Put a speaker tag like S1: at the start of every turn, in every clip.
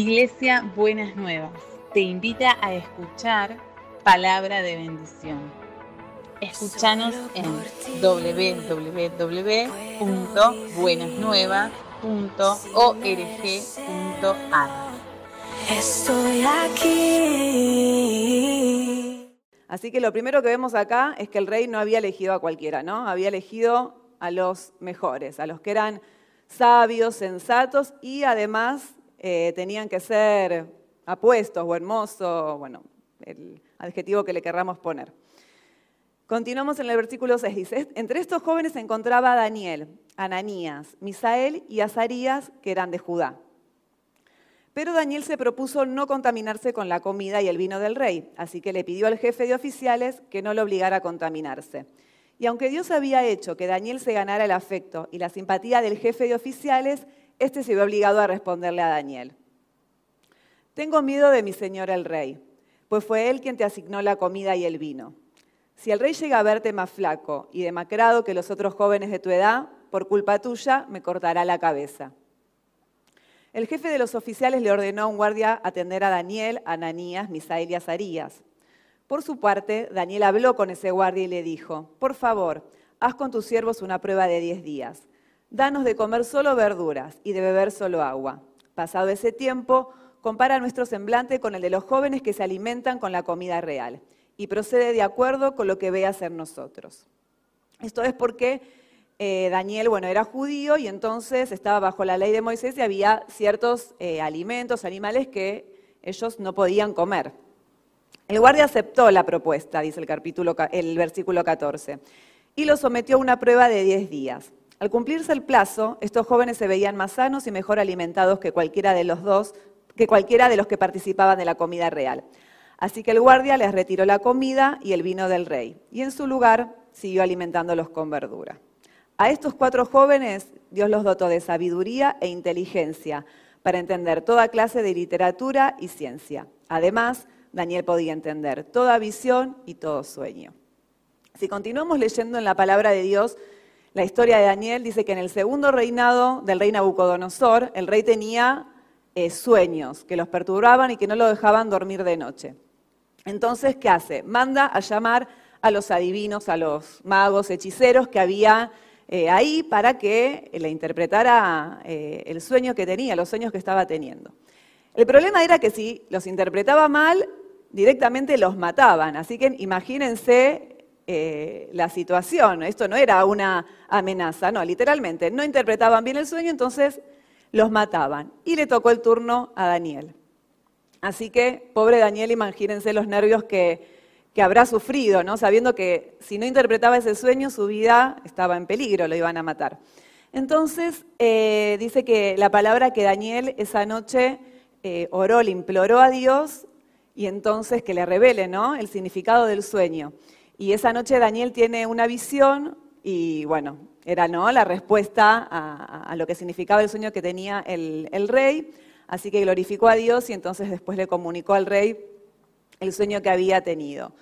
S1: Iglesia Buenas Nuevas te invita a escuchar palabra de bendición. Escúchanos en www.buenasnuevas.org.ar.
S2: Estoy aquí.
S3: Así que lo primero que vemos acá es que el rey no había elegido a cualquiera, ¿no? Había elegido a los mejores, a los que eran sabios, sensatos y además tenían que ser apuestos o hermosos, bueno, el adjetivo que le querramos poner. Continuamos en el versículo 6, dice, entre estos jóvenes se encontraba Daniel, Ananías, Misael y Azarías, que eran de Judá. Pero Daniel se propuso no contaminarse con la comida y el vino del rey, así que le pidió al jefe de oficiales que no lo obligara a contaminarse. Y aunque Dios había hecho que Daniel se ganara el afecto y la simpatía del jefe de oficiales, este se vio obligado a responderle a Daniel. Tengo miedo de mi señor el rey, pues fue él quien te asignó la comida y el vino. Si el rey llega a verte más flaco y demacrado que los otros jóvenes de tu edad, por culpa tuya me cortará la cabeza. El jefe de los oficiales le ordenó a un guardia atender a Daniel, Ananías, Misael y Azarías. Por su parte, Daniel habló con ese guardia y le dijo, por favor, haz con tus siervos una prueba de 10 días. Danos de comer solo verduras y de beber solo agua. Pasado ese tiempo, compara nuestro semblante con el de los jóvenes que se alimentan con la comida real y procede de acuerdo con lo que ve hacer nosotros. Esto es porque Daniel, era judío y entonces estaba bajo la ley de Moisés y había ciertos alimentos, animales que ellos no podían comer. El guardia aceptó la propuesta, dice el versículo 14, y lo sometió a una prueba de 10 días. Al cumplirse el plazo, estos jóvenes se veían más sanos y mejor alimentados que cualquiera de los que participaban de la comida real. Así que el guardia les retiró la comida y el vino del rey, y en su lugar siguió alimentándolos con verdura. A estos 4 jóvenes Dios los dotó de sabiduría e inteligencia para entender toda clase de literatura y ciencia. Además, Daniel podía entender toda visión y todo sueño. Si continuamos leyendo en la palabra de Dios, la historia de Daniel dice que en el segundo reinado del rey Nabucodonosor, el rey tenía sueños que los perturbaban y que no lo dejaban dormir de noche. Entonces, ¿qué hace? Manda a llamar a los adivinos, a los magos, hechiceros que había ahí para que le interpretara el sueño que tenía, los sueños que estaba teniendo. El problema era que si los interpretaba mal, directamente los mataban. Así que imagínense la situación. Esto no era una amenaza, no, literalmente. No interpretaban bien el sueño, entonces los mataban. Y le tocó el turno a Daniel. Así que, pobre Daniel, imagínense los nervios que habrá sufrido, ¿no? Sabiendo que si no interpretaba ese sueño, su vida estaba en peligro, lo iban a matar. Entonces, dice que la palabra que Daniel esa noche oró, le imploró a Dios y entonces que le revele, ¿no?, el significado del sueño. Y esa noche Daniel tiene una visión y, era, ¿no?, la respuesta a lo que significaba el sueño que tenía el rey. Así que glorificó a Dios y entonces después le comunicó al rey el sueño que había tenido.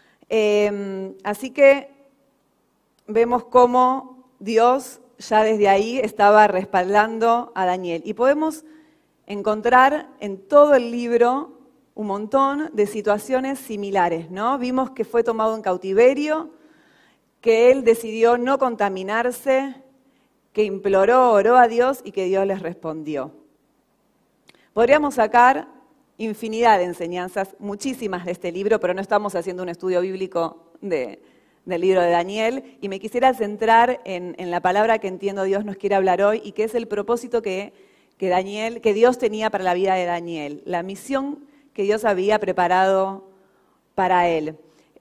S3: Así que vemos cómo Dios ya desde ahí estaba respaldando a Daniel. Y podemos encontrar en todo el libro un montón de situaciones similares, ¿no? Vimos que fue tomado en cautiverio, que él decidió no contaminarse, que imploró, oró a Dios y que Dios les respondió. Podríamos sacar infinidad de enseñanzas, muchísimas de este libro, pero no estamos haciendo un estudio bíblico del libro de Daniel, y me quisiera centrar en la palabra que entiendo Dios nos quiere hablar hoy y que es el propósito que Dios tenía para la vida de Daniel, la misión que Dios había preparado para él.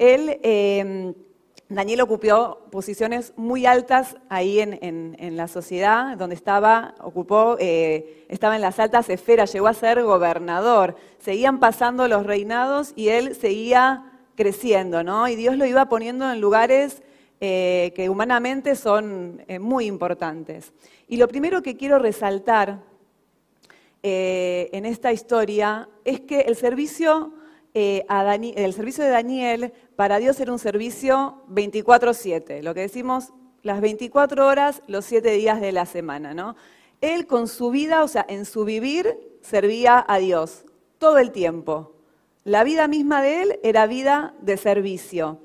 S3: Daniel ocupó posiciones muy altas ahí en la sociedad donde estaba en las altas esferas, llegó a ser gobernador. Seguían pasando los reinados y él seguía creciendo, ¿no? Y Dios lo iba poniendo en lugares que humanamente son muy importantes. Y lo primero que quiero resaltar en esta historia es que el servicio de Daniel para Dios era un servicio 24/7, lo que decimos las 24 horas, los 7 días de la semana, ¿no? Él con su vida, en su vivir, servía a Dios todo el tiempo. La vida misma de él era vida de servicio.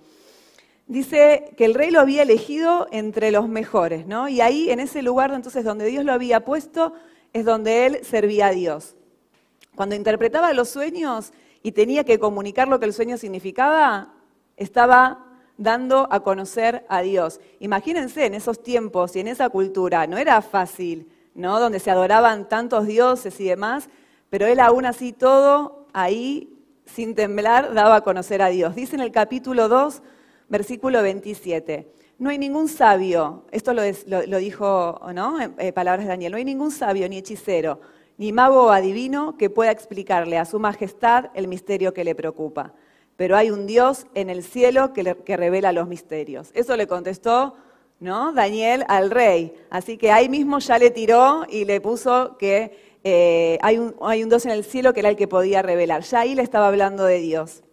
S3: Dice que el rey lo había elegido entre los mejores, ¿no? Y ahí, en ese lugar entonces donde Dios lo había puesto, es donde él servía a Dios. Cuando interpretaba los sueños y tenía que comunicar lo que el sueño significaba, estaba dando a conocer a Dios. Imagínense en esos tiempos y en esa cultura, no era fácil, ¿no? Donde se adoraban tantos dioses y demás, pero él aún así todo ahí, sin temblar, daba a conocer a Dios. Dice en el capítulo 2, versículo 27, no hay ningún sabio, esto lo dijo, ¿no? En palabras de Daniel, no hay ningún sabio ni hechicero, ni mago o adivino que pueda explicarle a su majestad el misterio que le preocupa. Pero hay un Dios en el cielo que revela los misterios. Eso le contestó, ¿no? Daniel al rey. Así que ahí mismo ya le tiró y le puso que hay un Dios en el cielo que era el que podía revelar. Ya ahí le estaba hablando de Dios.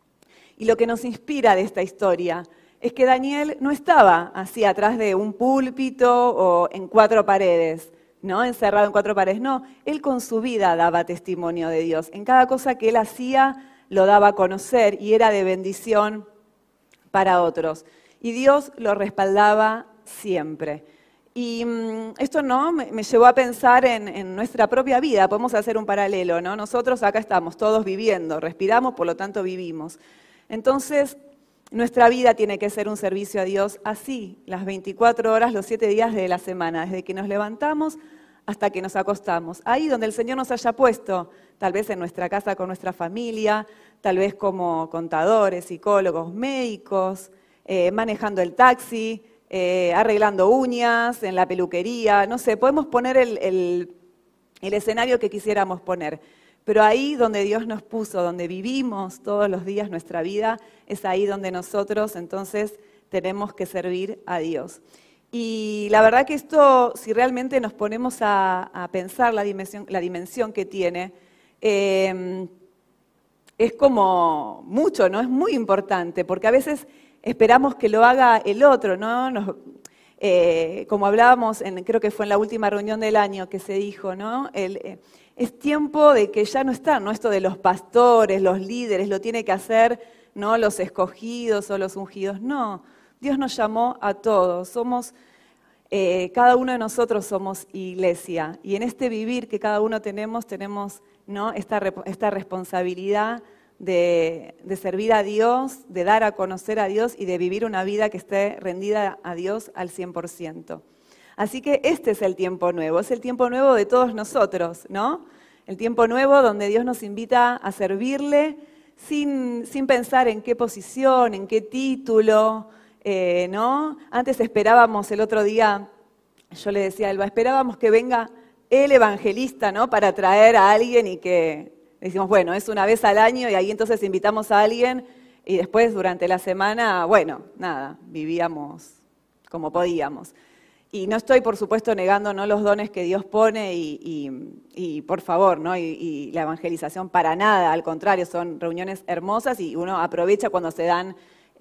S3: Y lo que nos inspira de esta historia es que Daniel no estaba así atrás de un púlpito o en cuatro paredes, ¿no? Encerrado en cuatro paredes. No, él con su vida daba testimonio de Dios. En cada cosa que él hacía lo daba a conocer y era de bendición para otros. Y Dios lo respaldaba siempre. Y esto no me llevó a pensar en nuestra propia vida. Podemos hacer un paralelo, ¿no? Nosotros acá estamos todos viviendo, respiramos, por lo tanto vivimos. Entonces, nuestra vida tiene que ser un servicio a Dios así, las 24 horas, los 7 días de la semana, desde que nos levantamos hasta que nos acostamos. Ahí donde el Señor nos haya puesto, tal vez en nuestra casa con nuestra familia, tal vez como contadores, psicólogos, médicos, manejando el taxi, arreglando uñas, en la peluquería, no sé, podemos poner el escenario que quisiéramos poner. Pero ahí donde Dios nos puso, donde vivimos todos los días nuestra vida, es ahí donde nosotros entonces tenemos que servir a Dios. Y la verdad que esto, si realmente nos ponemos a pensar la dimensión que tiene, es como mucho, ¿no? Es muy importante, porque a veces esperamos que lo haga el otro, ¿no? Como hablábamos, creo que fue en la última reunión del año que se dijo, ¿no? Es tiempo de que ya no está, ¿no? Esto de los pastores, los líderes, lo tiene que hacer, ¿no? Los escogidos o los ungidos. No, Dios nos llamó a todos. Cada uno de nosotros somos iglesia. Y en este vivir que cada uno tenemos, ¿no? esta responsabilidad de servir a Dios, de dar a conocer a Dios y de vivir una vida que esté rendida a Dios al 100%. Así que este es el tiempo nuevo, es el tiempo nuevo de todos nosotros, ¿no? El tiempo nuevo donde Dios nos invita a servirle sin pensar en qué posición, en qué título, ¿no? Antes esperábamos el otro día, yo le decía a Elba, esperábamos que venga el evangelista, ¿no? Para traer a alguien y que decimos, bueno, es una vez al año y ahí entonces invitamos a alguien y después durante la semana, bueno, nada, vivíamos como podíamos. Y no estoy, por supuesto, negando, ¿no? Los dones que Dios pone y por favor, ¿no? Y la evangelización para nada, al contrario, son reuniones hermosas y uno aprovecha cuando se dan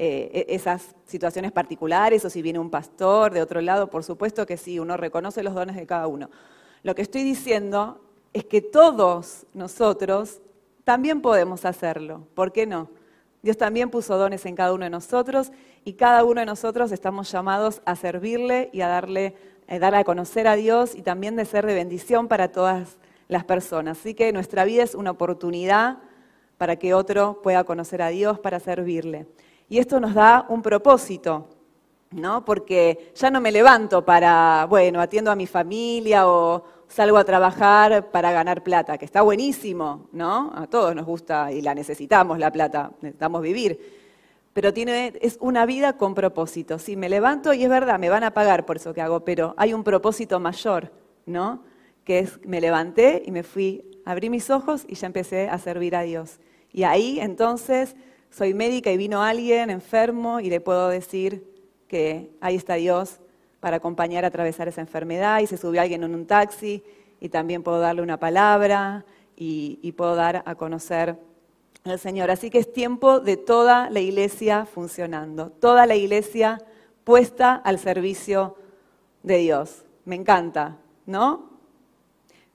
S3: esas situaciones particulares o si viene un pastor de otro lado, por supuesto que sí, uno reconoce los dones de cada uno. Lo que estoy diciendo es que todos nosotros también podemos hacerlo, ¿por qué no? Dios también puso dones en cada uno de nosotros y cada uno de nosotros estamos llamados a servirle y a dar a conocer a Dios y también de ser de bendición para todas las personas. Así que nuestra vida es una oportunidad para que otro pueda conocer a Dios, para servirle. Y esto nos da un propósito, ¿no? Porque ya no me levanto para, bueno, atiendo a mi familia o salgo a trabajar para ganar plata, que está buenísimo, ¿no? A todos nos gusta y la necesitamos la plata, necesitamos vivir. Pero es una vida con propósito. Sí, me levanto y es verdad, me van a pagar por eso que hago, pero hay un propósito mayor, ¿no? Que es, me levanté y me fui, abrí mis ojos y ya empecé a servir a Dios. Y ahí entonces soy médica y vino alguien enfermo y le puedo decir que ahí está Dios para acompañar a atravesar esa enfermedad, y se subió alguien en un taxi y también puedo darle una palabra y puedo dar a conocer al Señor. Así que es tiempo de toda la iglesia funcionando, toda la iglesia puesta al servicio de Dios. Me encanta, ¿no?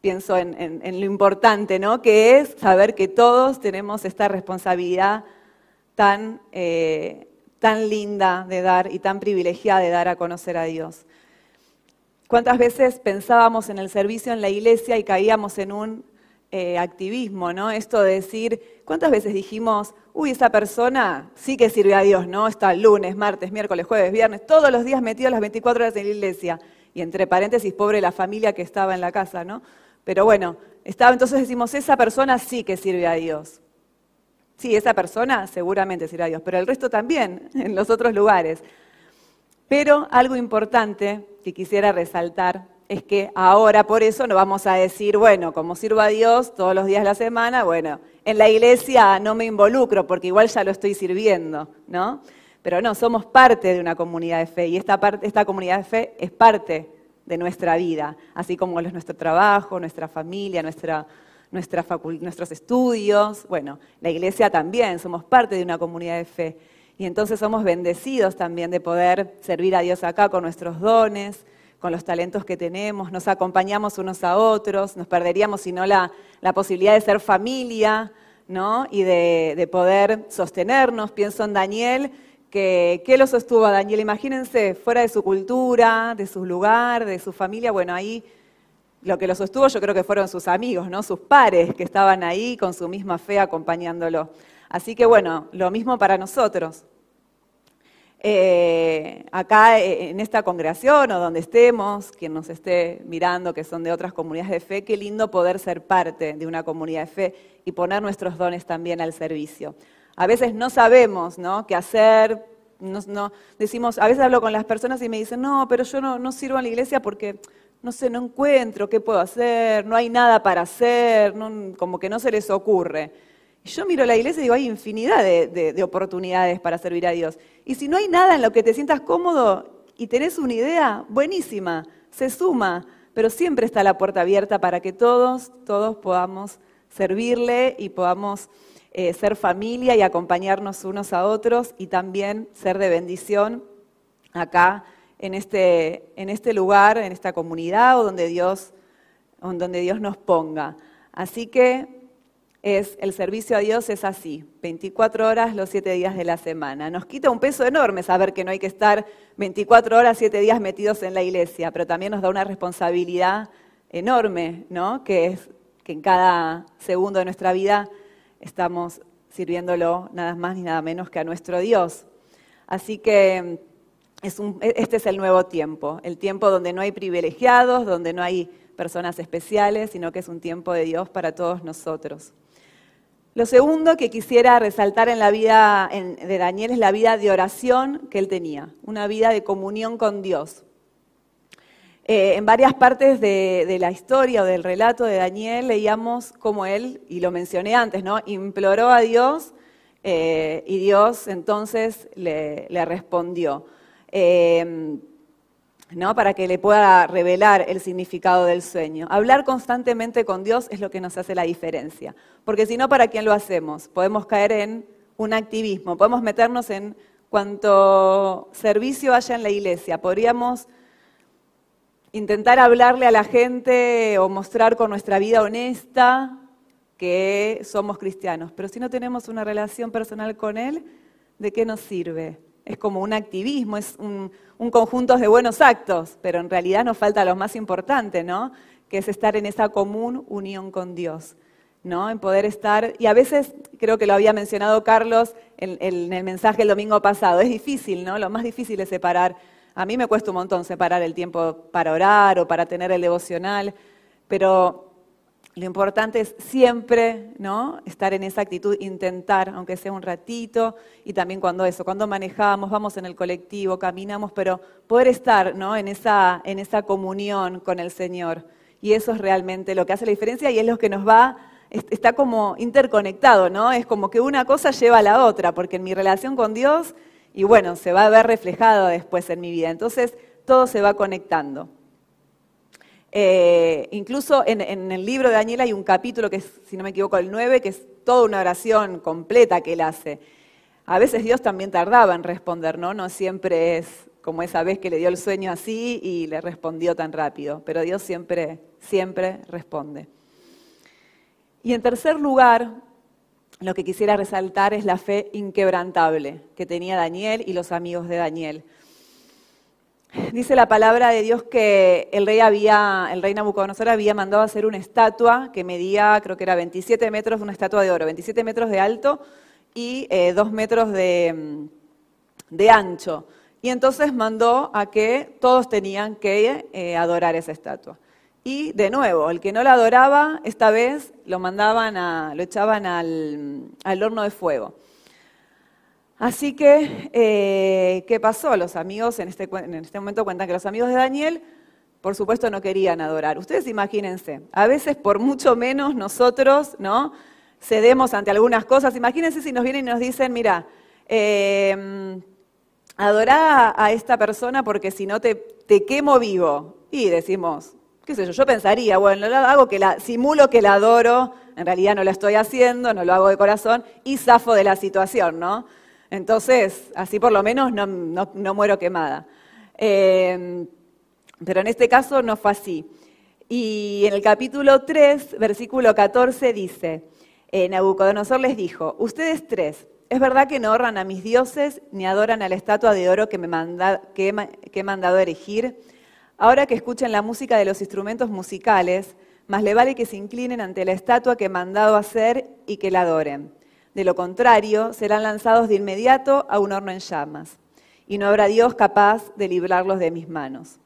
S3: pienso en lo importante, ¿no? Que es saber que todos tenemos esta responsabilidad tan linda de dar y tan privilegiada de dar a conocer a Dios. ¿Cuántas veces pensábamos en el servicio en la iglesia y caíamos en un activismo, ¿no? Esto de decir, ¿cuántas veces dijimos, uy, esa persona sí que sirve a Dios, ¿no? Está lunes, martes, miércoles, jueves, viernes, todos los días metido las 24 horas en la iglesia. Y entre paréntesis, pobre la familia que estaba en la casa, ¿no? Pero bueno, entonces decimos, esa persona sí que sirve a Dios. Sí, esa persona seguramente sirve a Dios, pero el resto también, en los otros lugares. Pero algo importante que quisiera resaltar es que ahora por eso no vamos a decir, bueno, como sirvo a Dios todos los días de la semana, bueno, en la iglesia no me involucro porque igual ya lo estoy sirviendo, ¿no? Pero no, somos parte de una comunidad de fe y esta comunidad de fe es parte de nuestra vida, así como lo es nuestro trabajo, nuestra familia, nuestros estudios. Bueno, la iglesia también, somos parte de una comunidad de fe. Y entonces somos bendecidos también de poder servir a Dios acá con nuestros dones, con los talentos que tenemos, nos acompañamos unos a otros, nos perderíamos si no la posibilidad de ser familia, ¿no? Y de poder sostenernos. Pienso en Daniel, ¿qué lo sostuvo a Daniel? Imagínense, fuera de su cultura, de su lugar, de su familia, bueno, ahí lo que lo sostuvo yo creo que fueron sus amigos, ¿no? Sus pares que estaban ahí con su misma fe acompañándolo. Así que bueno, lo mismo para nosotros. Acá en esta congregación o donde estemos, quien nos esté mirando que son de otras comunidades de fe, qué lindo poder ser parte de una comunidad de fe y poner nuestros dones también al servicio. A veces no sabemos, ¿no?, qué hacer, decimos, a veces hablo con las personas y me dicen, no, pero yo no sirvo en la iglesia porque, no sé, no encuentro qué puedo hacer, no hay nada para hacer, como que no se les ocurre. Y yo miro la iglesia y digo, hay infinidad de oportunidades para servir a Dios. Y si no hay nada en lo que te sientas cómodo y tenés una idea, buenísima, se suma, pero siempre está la puerta abierta para que todos podamos servirle y podamos ser familia y acompañarnos unos a otros y también ser de bendición acá en este lugar, en esta comunidad o donde Dios nos ponga. Así que el servicio a Dios es así, 24 horas los 7 días de la semana. Nos quita un peso enorme saber que no hay que estar 24 horas, 7 días metidos en la iglesia, pero también nos da una responsabilidad enorme, ¿no? Que es que en cada segundo de nuestra vida estamos sirviéndolo nada más ni nada menos que a nuestro Dios. Así que este es el nuevo tiempo, el tiempo donde no hay privilegiados, donde no hay personas especiales, sino que es un tiempo de Dios para todos nosotros. Lo segundo que quisiera resaltar en la vida de Daniel es la vida de oración que él tenía, una vida de comunión con Dios. En varias partes de la historia o del relato de Daniel leíamos cómo él, y lo mencioné antes, ¿no?, imploró a Dios y Dios entonces le respondió, ¿no?, para que le pueda revelar el significado del sueño. Hablar constantemente con Dios es lo que nos hace la diferencia, porque si no, ¿para quién lo hacemos? Podemos caer en un activismo, podemos meternos en cuanto servicio haya en la iglesia, podríamos intentar hablarle a la gente o mostrar con nuestra vida honesta que somos cristianos, pero si no tenemos una relación personal con Él, ¿de qué nos sirve? Es como un activismo, es un conjunto de buenos actos, pero en realidad nos falta lo más importante, ¿no?, que es estar en esa común unión con Dios, ¿no?, en poder estar, y a veces, creo que lo había mencionado Carlos en el mensaje el domingo pasado, es difícil, ¿no?, lo más difícil es separar. A mí me cuesta un montón separar el tiempo para orar o para tener el devocional, pero lo importante es siempre, ¿no?, estar en esa actitud, intentar, aunque sea un ratito, y también cuando manejamos, vamos en el colectivo, caminamos, pero poder estar, ¿no?, en esa comunión con el Señor. Y eso es realmente lo que hace la diferencia y es lo que nos está como interconectado, ¿no? Es como que una cosa lleva a la otra, porque en mi relación con Dios, y bueno, se va a ver reflejado después en mi vida. Entonces, todo se va conectando. Incluso en el libro de Daniel hay un capítulo que es, si no me equivoco, el 9, que es toda una oración completa que él hace. A veces Dios también tardaba en responder, ¿no? No siempre es como esa vez que le dio el sueño así y le respondió tan rápido. Pero Dios siempre, siempre responde. Y en tercer lugar, lo que quisiera resaltar es la fe inquebrantable que tenía Daniel y los amigos de Daniel. Dice la palabra de Dios que el rey Nabucodonosor había mandado hacer una estatua que medía, creo que era 27 metros, una estatua de oro, 27 metros de alto y 2 metros de ancho. Y entonces mandó a que todos tenían que adorar esa estatua. Y de nuevo, el que no la adoraba, esta vez lo echaban al horno de fuego. Así que, ¿qué pasó? Los amigos en este momento cuentan que los amigos de Daniel, por supuesto, no querían adorar. Ustedes imagínense, a veces por mucho menos nosotros, ¿no?, cedemos ante algunas cosas. Imagínense si nos vienen y nos dicen, mira, adorá a esta persona porque si no te quemo vivo. Y decimos, qué sé yo pensaría, bueno, simulo que la adoro, en realidad no lo estoy haciendo, no lo hago de corazón y zafo de la situación, ¿no? Entonces, así por lo menos no muero quemada. Pero en este caso no fue así. Y en el capítulo 3, versículo 14 dice, Nabucodonosor les dijo, ustedes tres, ¿es verdad que no honran a mis dioses ni adoran a la estatua de oro que he mandado erigir? Ahora que escuchen la música de los instrumentos musicales, más le vale que se inclinen ante la estatua que he mandado hacer y que la adoren. De lo contrario, serán lanzados de inmediato a un horno en llamas, y no habrá Dios capaz de librarlos de mis manos.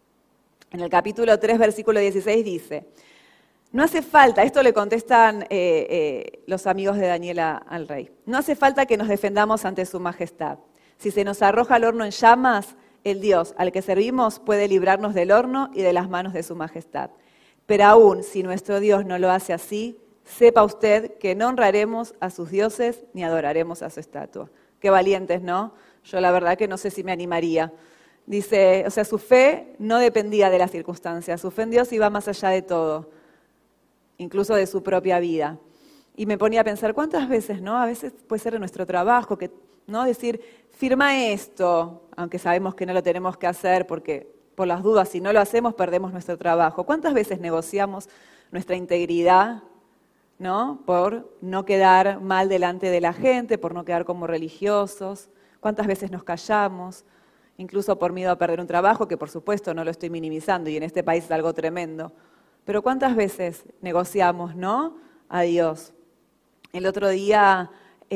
S3: En el capítulo 3, versículo 16 dice, no hace falta, esto le contestan los amigos de Daniel al rey, no hace falta que nos defendamos ante su majestad. Si se nos arroja al horno en llamas, el Dios al que servimos puede librarnos del horno y de las manos de su majestad. Pero aún si nuestro Dios no lo hace así, sepa usted que no honraremos a sus dioses ni adoraremos a su estatua. Qué valientes, ¿no? Yo la verdad que no sé si me animaría. Dice, o sea, su fe no dependía de las circunstancias, su fe en Dios iba más allá de todo, incluso de su propia vida. Y me ponía a pensar, ¿cuántas veces, no? A veces puede ser en nuestro trabajo, ¿no? Decir, firma esto, aunque sabemos que no lo tenemos que hacer porque por las dudas, si no lo hacemos, perdemos nuestro trabajo. ¿Cuántas veces negociamos nuestra integridad, ¿no? Por no quedar mal delante de la gente, por no quedar como religiosos? ¿Cuántas veces nos callamos? Incluso por miedo a perder un trabajo, que por supuesto no lo estoy minimizando y en este país es algo tremendo. Pero ¿cuántas veces negociamos, ¿no?, a Dios? El otro día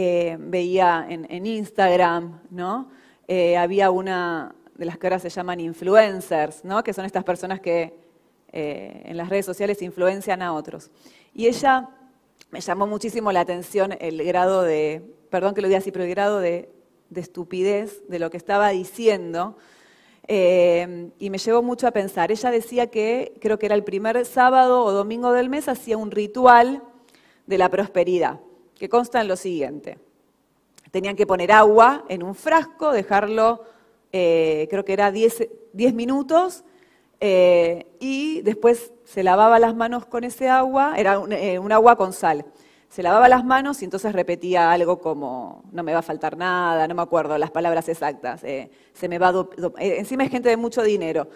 S3: veía en Instagram, ¿no? Había una de las que ahora se llaman influencers, ¿no?, que son estas personas que en las redes sociales influencian a otros. Y ella me llamó muchísimo la atención el grado de, perdón que lo diga así, pero el grado de estupidez de lo que estaba diciendo, y me llevó mucho a pensar. Ella decía que, creo que era el primer sábado o domingo del mes, hacía un ritual de la prosperidad, que consta en lo siguiente. Tenían que poner agua en un frasco, dejarlo, creo que era 10 minutos, y después se lavaba las manos con ese agua, era un agua con sal. Se lavaba las manos y entonces repetía algo como, no me va a faltar nada, no me acuerdo las palabras exactas, encima es gente de mucho dinero,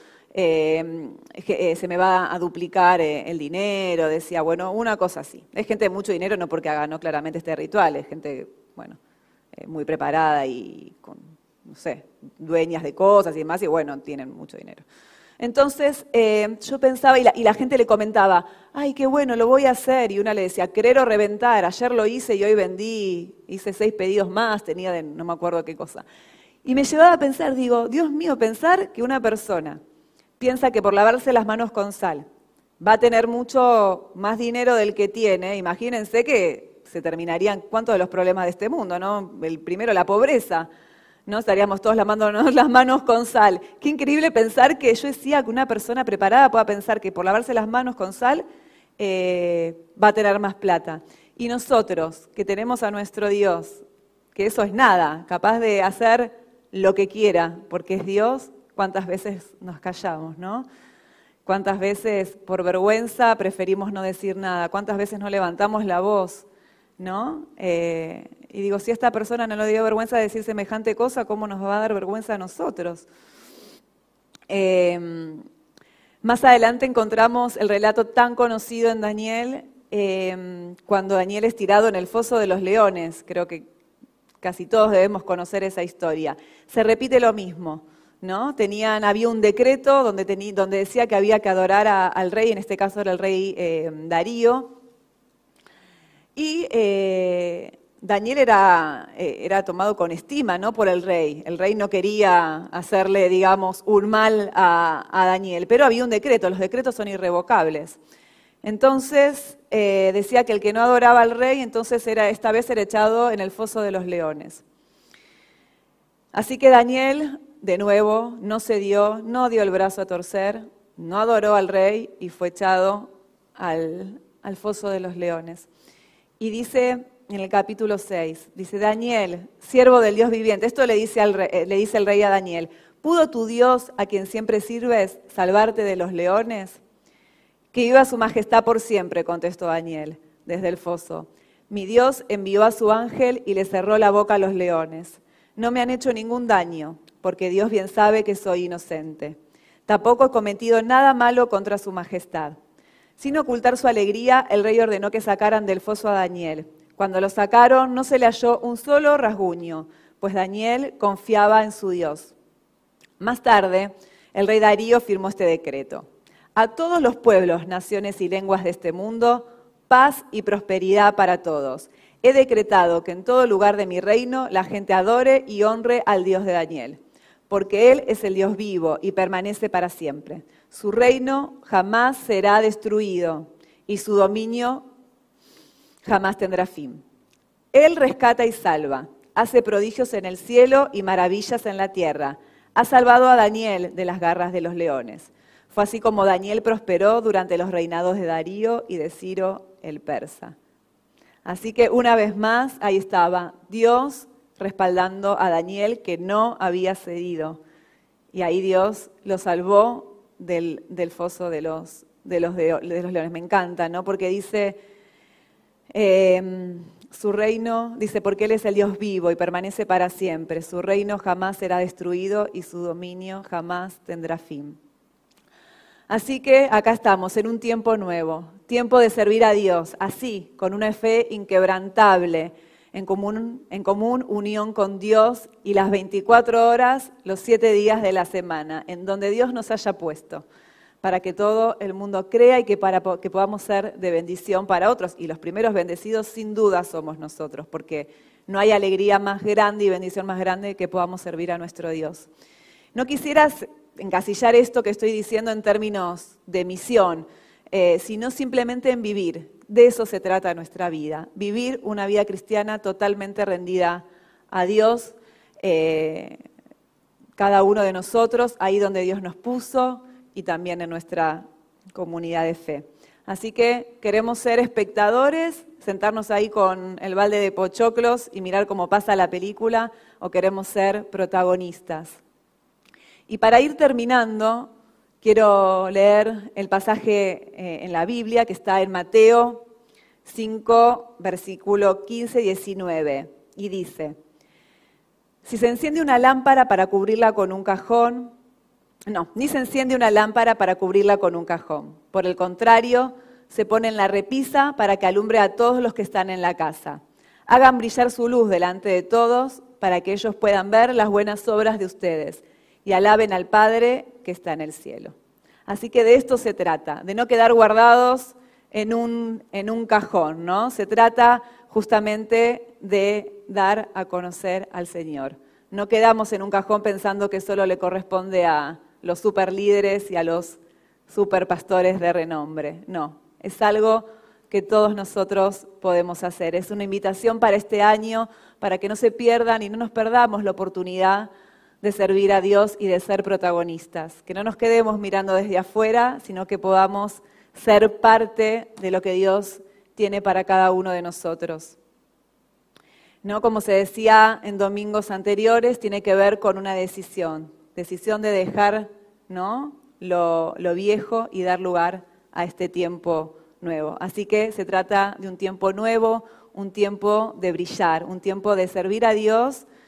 S3: se me va a duplicar el dinero, decía, bueno, una cosa así. Es gente de mucho dinero, no porque haga no claramente este ritual, es gente, bueno, muy preparada y con, no sé, dueñas de cosas y demás, y bueno, tienen mucho dinero. Entonces yo pensaba, y la gente le comentaba, ay, qué bueno, lo voy a hacer. Y una le decía, querer o reventar, ayer lo hice y hoy vendí, hice 6 pedidos más, tenía de no me acuerdo qué cosa. Y me llevaba a pensar, digo, Dios mío, pensar que una persona piensa que por lavarse las manos con sal va a tener mucho más dinero del que tiene. Imagínense que se terminarían cuántos de los problemas de este mundo, ¿no? El primero, la pobreza. ¿No? Estaríamos todos lavándonos las manos con sal. Qué increíble pensar que yo decía que una persona preparada pueda pensar que por lavarse las manos con sal va a tener más plata. Y nosotros, que tenemos a nuestro Dios, que eso es nada, capaz de hacer lo que quiera, porque es Dios, ¿cuántas veces nos callamos, no? ¿Cuántas veces por vergüenza preferimos no decir nada? ¿Cuántas veces no levantamos la voz? ¿No? Y digo, si a esta persona no le dio vergüenza decir semejante cosa, ¿cómo nos va a dar vergüenza a nosotros? Más adelante encontramos el relato tan conocido en Daniel, cuando Daniel es tirado en el foso de los leones. Creo que casi todos debemos conocer esa historia. Se repite lo mismo, ¿no? Había un decreto donde decía que había que adorar al rey, en este caso era el rey Darío. Y Daniel era tomado con estima, ¿no?, por el rey. El rey no quería hacerle, digamos, un mal a Daniel, pero había un decreto, los decretos son irrevocables. Entonces decía que el que no adoraba al rey, entonces esta vez era echado en el foso de los leones. Así que Daniel, de nuevo, no cedió, no dio el brazo a torcer, no adoró al rey y fue echado al foso de los leones. Y dice en el capítulo 6, dice: Daniel, siervo del Dios viviente, esto le dice el rey a Daniel, ¿pudo tu Dios, a quien siempre sirves, salvarte de los leones? Que viva su majestad por siempre, contestó Daniel desde el foso. Mi Dios envió a su ángel y le cerró la boca a los leones. No me han hecho ningún daño, porque Dios bien sabe que soy inocente. Tampoco he cometido nada malo contra su majestad. Sin ocultar su alegría, el rey ordenó que sacaran del foso a Daniel. Cuando lo sacaron, no se le halló un solo rasguño, pues Daniel confiaba en su Dios. Más tarde, el rey Darío firmó este decreto. A todos los pueblos, naciones y lenguas de este mundo, paz y prosperidad para todos. He decretado que en todo lugar de mi reino la gente adore y honre al Dios de Daniel, porque Él es el Dios vivo y permanece para siempre. Su reino jamás será destruido y su dominio jamás tendrá fin. Él rescata y salva, hace prodigios en el cielo y maravillas en la tierra. Ha salvado a Daniel de las garras de los leones. Fue así como Daniel prosperó durante los reinados de Darío y de Ciro el persa. Así que una vez más, ahí estaba Dios respaldando a Daniel, que no había cedido. Y ahí Dios lo salvó del foso de los leones. Me encanta, ¿no? Porque dice, su reino, dice, porque Él es el Dios vivo y permanece para siempre. Su reino jamás será destruido y su dominio jamás tendrá fin. Así que acá estamos, en un tiempo nuevo, tiempo de servir a Dios, así, con una fe inquebrantable, en común unión con Dios y las 24 horas, los 7 días de la semana, en donde Dios nos haya puesto, para que todo el mundo crea y que podamos ser de bendición para otros. Y los primeros bendecidos sin duda somos nosotros, porque no hay alegría más grande y bendición más grande que podamos servir a nuestro Dios. No quisieras encasillar esto que estoy diciendo en términos de misión, sino simplemente en vivir. De eso se trata nuestra vida, vivir una vida cristiana totalmente rendida a Dios, cada uno de nosotros, ahí donde Dios nos puso y también en nuestra comunidad de fe. Así que queremos ser espectadores, sentarnos ahí con el balde de pochoclos y mirar cómo pasa la película, o queremos ser protagonistas. Y para ir terminando, quiero leer el pasaje en la Biblia que está en Mateo 5, versículo 15-19, y dice: si se enciende una lámpara para cubrirla con un cajón, ni se enciende una lámpara para cubrirla con un cajón. Por el contrario, se pone en la repisa para que alumbre a todos los que están en la casa. Hagan brillar su luz delante de todos para que ellos puedan ver las buenas obras de ustedes y alaben al Padre que está en el cielo. Así que de esto se trata, de no quedar guardados en un cajón, ¿no? Se trata justamente de dar a conocer al Señor. No quedamos en un cajón pensando que solo le corresponde a los superlíderes y a los superpastores de renombre. No, es algo que todos nosotros podemos hacer. Es una invitación para este año, para que no se pierdan y no nos perdamos la oportunidad de servir a Dios y de ser protagonistas. Que no nos quedemos mirando desde afuera, sino que podamos ser parte de lo que Dios tiene para cada uno de nosotros. ¿No? Como se decía en domingos anteriores, tiene que ver con una decisión de dejar, ¿no?, lo viejo y dar lugar a este tiempo nuevo. Así que se trata de un tiempo nuevo, un tiempo de brillar, un tiempo de servir a Dios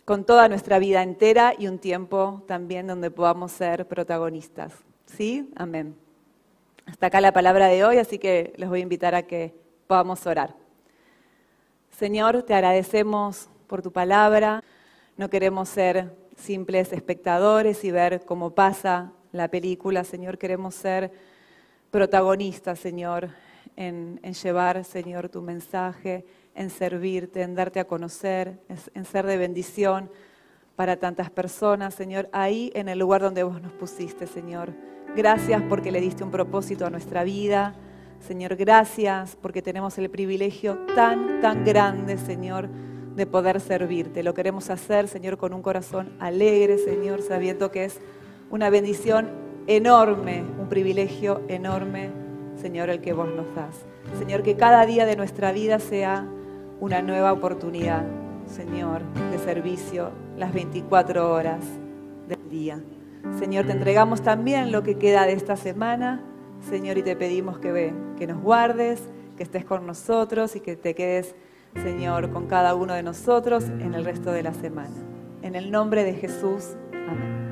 S3: con toda nuestra vida entera y un tiempo también donde podamos ser protagonistas. ¿Sí? Amén. Hasta acá la palabra de hoy, así que les voy a invitar a que podamos orar. Señor, te agradecemos por tu palabra. No queremos ser simples espectadores y ver cómo pasa la película. Señor, queremos ser protagonistas, Señor, en llevar, Señor, tu mensaje, en servirte, en darte a conocer, en ser de bendición para tantas personas, Señor, ahí en el lugar donde vos nos pusiste, Señor. Gracias porque le diste un propósito a nuestra vida. Señor, gracias porque tenemos el privilegio tan grande, Señor, de poder servirte. Lo queremos hacer, Señor, con un corazón alegre, Señor, sabiendo que es una bendición enorme, un privilegio enorme, Señor, el que vos nos das. Señor, que cada día de nuestra vida sea una nueva oportunidad, Señor, de servicio las 24 horas del día. Señor, te entregamos también lo que queda de esta semana, Señor, y te pedimos que nos guardes, que estés con nosotros y que te quedes, Señor, con cada uno de nosotros en el resto de la semana. En el nombre de Jesús, amén.